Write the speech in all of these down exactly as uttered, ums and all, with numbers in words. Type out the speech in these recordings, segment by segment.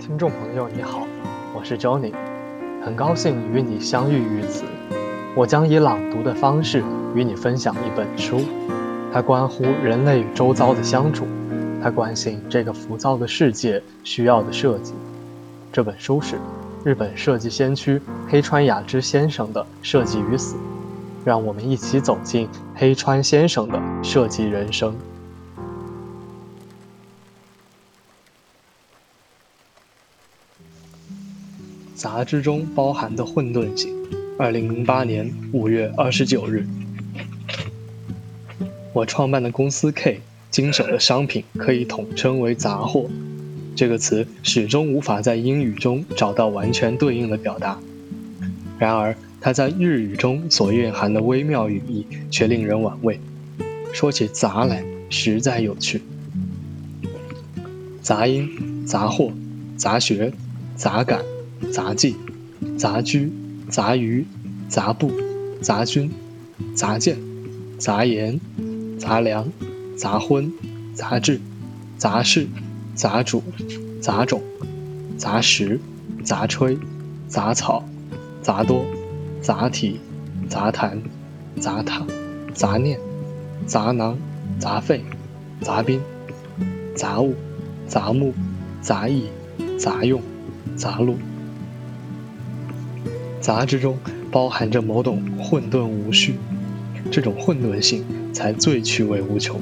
听众朋友你好，我是 Johnny， 很高兴与你相遇于此。我将以朗读的方式与你分享一本书，它关乎人类与周遭的相处，它关心这个浮躁的世界需要的设计。这本书是日本设计先驱黑川雅之先生的《设计与死》，让我们一起走进黑川先生的设计人生。杂志中包含的混沌性。二零零八年五月二十九日，我创办的公司 K 经手的商品可以统称为杂货。这个词始终无法在英语中找到完全对应的表达，然而它在日语中所蕴含的微妙语义却令人玩味。说起杂来，实在有趣。杂音、杂货、杂学、杂感、杂技、杂居、杂鱼、杂布、杂军、杂件、杂言、杂粮、杂荤、杂质、杂事、杂主、杂种、杂食、杂吹、杂草、杂多、杂体、杂谈、杂塔、杂念、杂囊、杂废、杂宾、杂物、杂木、杂役、杂用、杂路。杂之中包含着某种混沌无序，这种混沌性才最趣味无穷。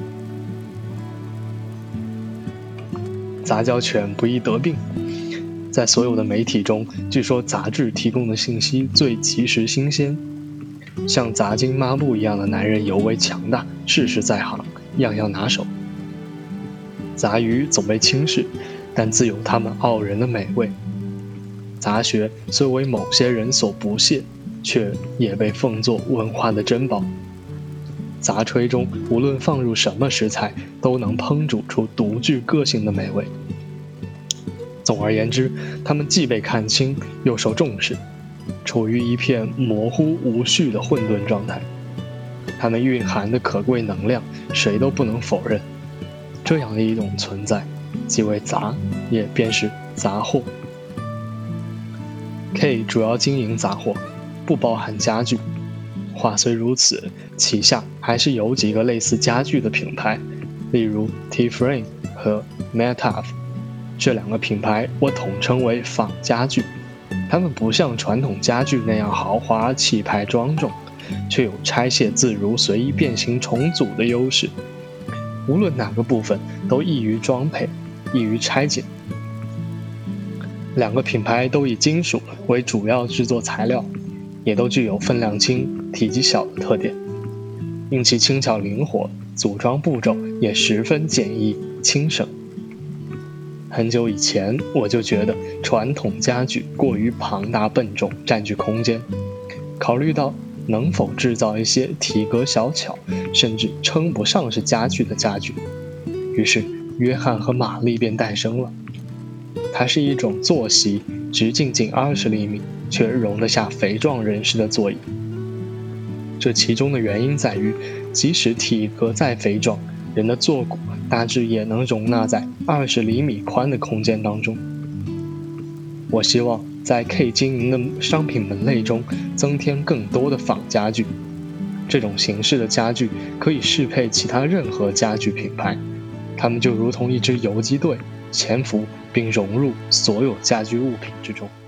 杂交犬不易得病，在所有的媒体中，据说杂志提供的信息最及时新鲜。像杂经抹布一样的男人尤为强大，事事在行，样样拿手。杂鱼总被轻视，但自有他们傲人的美味。杂学虽为某些人所不屑，却也被奉作文化的珍宝。杂炊中无论放入什么食材，都能烹煮出独具个性的美味。总而言之，它们既被看清，又受重视，处于一片模糊无序的混沌状态。它们蕴含的可贵能量，谁都不能否认。这样的一种存在，即为杂，也便是杂货。K 主要经营杂货，不包含家具。话虽如此，旗下还是有几个类似家具的品牌，例如 T-Frame 和 Metaf。这两个品牌我统称为仿家具，它们不像传统家具那样豪华气派庄重，却有拆卸自如、随意变形重组的优势。无论哪个部分都易于装配，易于拆解。两个品牌都以金属为主要制作材料，也都具有分量轻、体积小的特点，因其轻巧灵活，组装步骤也十分简易轻省。很久以前我就觉得传统家具过于庞大笨重，占据空间。考虑到能否制造一些体格小巧，甚至称不上是家具的家具，于是约翰和玛丽便诞生了。它是一种坐席，直径仅二十厘米，却容得下肥壮人士的座椅。这其中的原因在于，即使体格再肥壮，人的坐骨大致也能容纳在二十厘米宽的空间当中。我希望在 K 经营的商品门类中增添更多的仿家具。这种形式的家具可以适配其他任何家具品牌，它们就如同一支游击队，潜伏并融入所有家居物品之中。